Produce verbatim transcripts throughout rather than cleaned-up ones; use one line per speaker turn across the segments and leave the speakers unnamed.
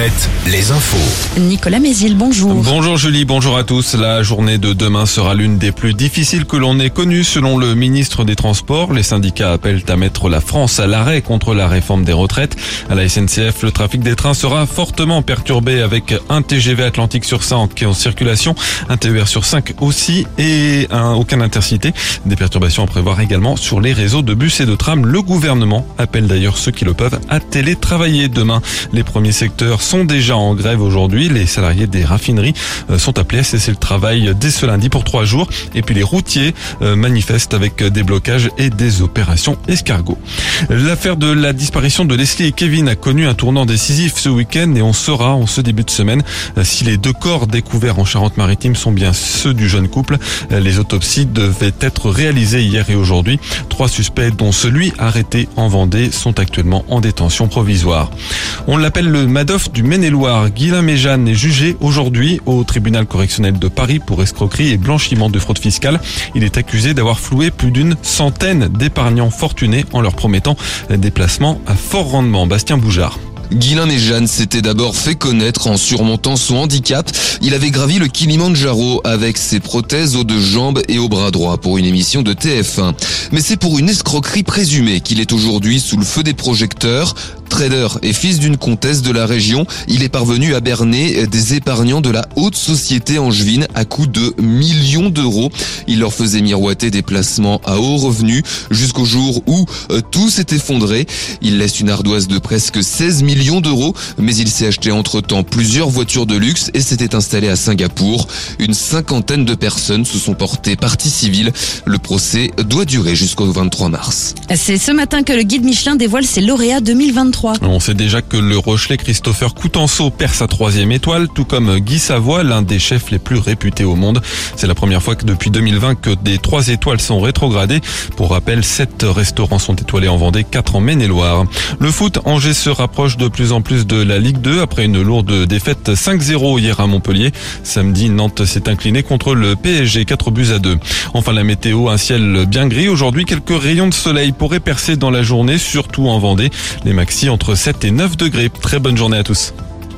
Alouette, les infos.
Nicolas Mézil, bonjour.
Bonjour Julie, bonjour à tous. La journée de demain sera l'une des plus difficiles que l'on ait connues selon le ministre des Transports. Les syndicats appellent à mettre la France à l'arrêt contre la réforme des retraites. À la S N C F, le trafic des trains sera fortement perturbé avec un T G V Atlantique sur cinq qui est en circulation, un T E R sur cinq aussi et un, aucun intercité. Des perturbations à prévoir également sur les réseaux de bus et de tram. Le gouvernement appelle d'ailleurs ceux qui le peuvent à télétravailler demain. Les premiers secteurs sont déjà en grève aujourd'hui. Les salariés des raffineries sont appelés à cesser le travail dès ce lundi pour trois jours. Et puis les routiers manifestent avec des blocages et des opérations escargots. L'affaire de la disparition de Leslie et Kevin a connu un tournant décisif ce week-end et on saura en ce début de semaine si les deux corps découverts en Charente-Maritime sont bien ceux du jeune couple. Les autopsies devaient être réalisées hier et aujourd'hui. Trois suspects, dont celui arrêté en Vendée, sont actuellement en détention provisoire. On l'appelle le Madoff du Maine-et-Loire. Guylain Méjeanne est jugé aujourd'hui au tribunal correctionnel de Paris pour escroquerie et blanchiment de fraude fiscale. Il est accusé d'avoir floué plus d'une centaine d'épargnants fortunés en leur promettant des placements à fort rendement. Bastien Boujard.
Guylain Méjeanne s'était d'abord fait connaître en surmontant son handicap. Il avait gravi le Kilimandjaro avec ses prothèses aux deux jambes et au bras droit pour une émission de T F un. Mais c'est pour une escroquerie présumée qu'il est aujourd'hui sous le feu des projecteurs. Trader et fils d'une comtesse de la région, il est parvenu à berner des épargnants de la haute société angevine à coût de millions d'euros. Il leur faisait miroiter des placements à haut revenu jusqu'au jour où euh, tout s'est effondré. Il laisse une ardoise de presque seize millions d'euros, mais il s'est acheté entre-temps plusieurs voitures de luxe et s'était installé à Singapour. Une cinquantaine de personnes se sont portées partie civile. Le procès doit durer jusqu'au vingt-trois mars.
C'est ce matin que le guide Michelin dévoile ses lauréats deux mille vingt-trois.
On sait déjà que le Rochelais Christopher Coutenceau perd sa troisième étoile, tout comme Guy Savoy, l'un des chefs les plus réputés au monde. C'est la première fois que depuis deux mille vingt que des trois étoiles sont rétrogradées. Pour rappel, sept restaurants sont étoilés en Vendée, quatre en Maine-et-Loire. Le foot, Angers se rapproche de plus en plus de la Ligue deux après une lourde défaite cinq zéro hier à Montpellier. Samedi, Nantes s'est incliné contre le P S G, quatre buts à deux. Enfin, la météo, un ciel bien gris. Aujourd'hui, quelques rayons de soleil pourraient percer dans la journée, surtout en Vendée. Les maxi entre sept et neuf degrés. Très bonne journée à tous.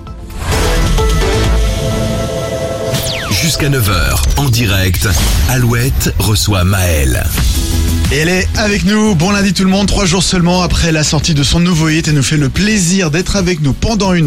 Jusqu'à neuf heures, en direct, Alouette reçoit Maëlle.
Et elle est avec nous. Bon lundi tout le monde, trois jours seulement après la sortie de son nouveau hit. Elle nous fait le plaisir d'être avec nous pendant une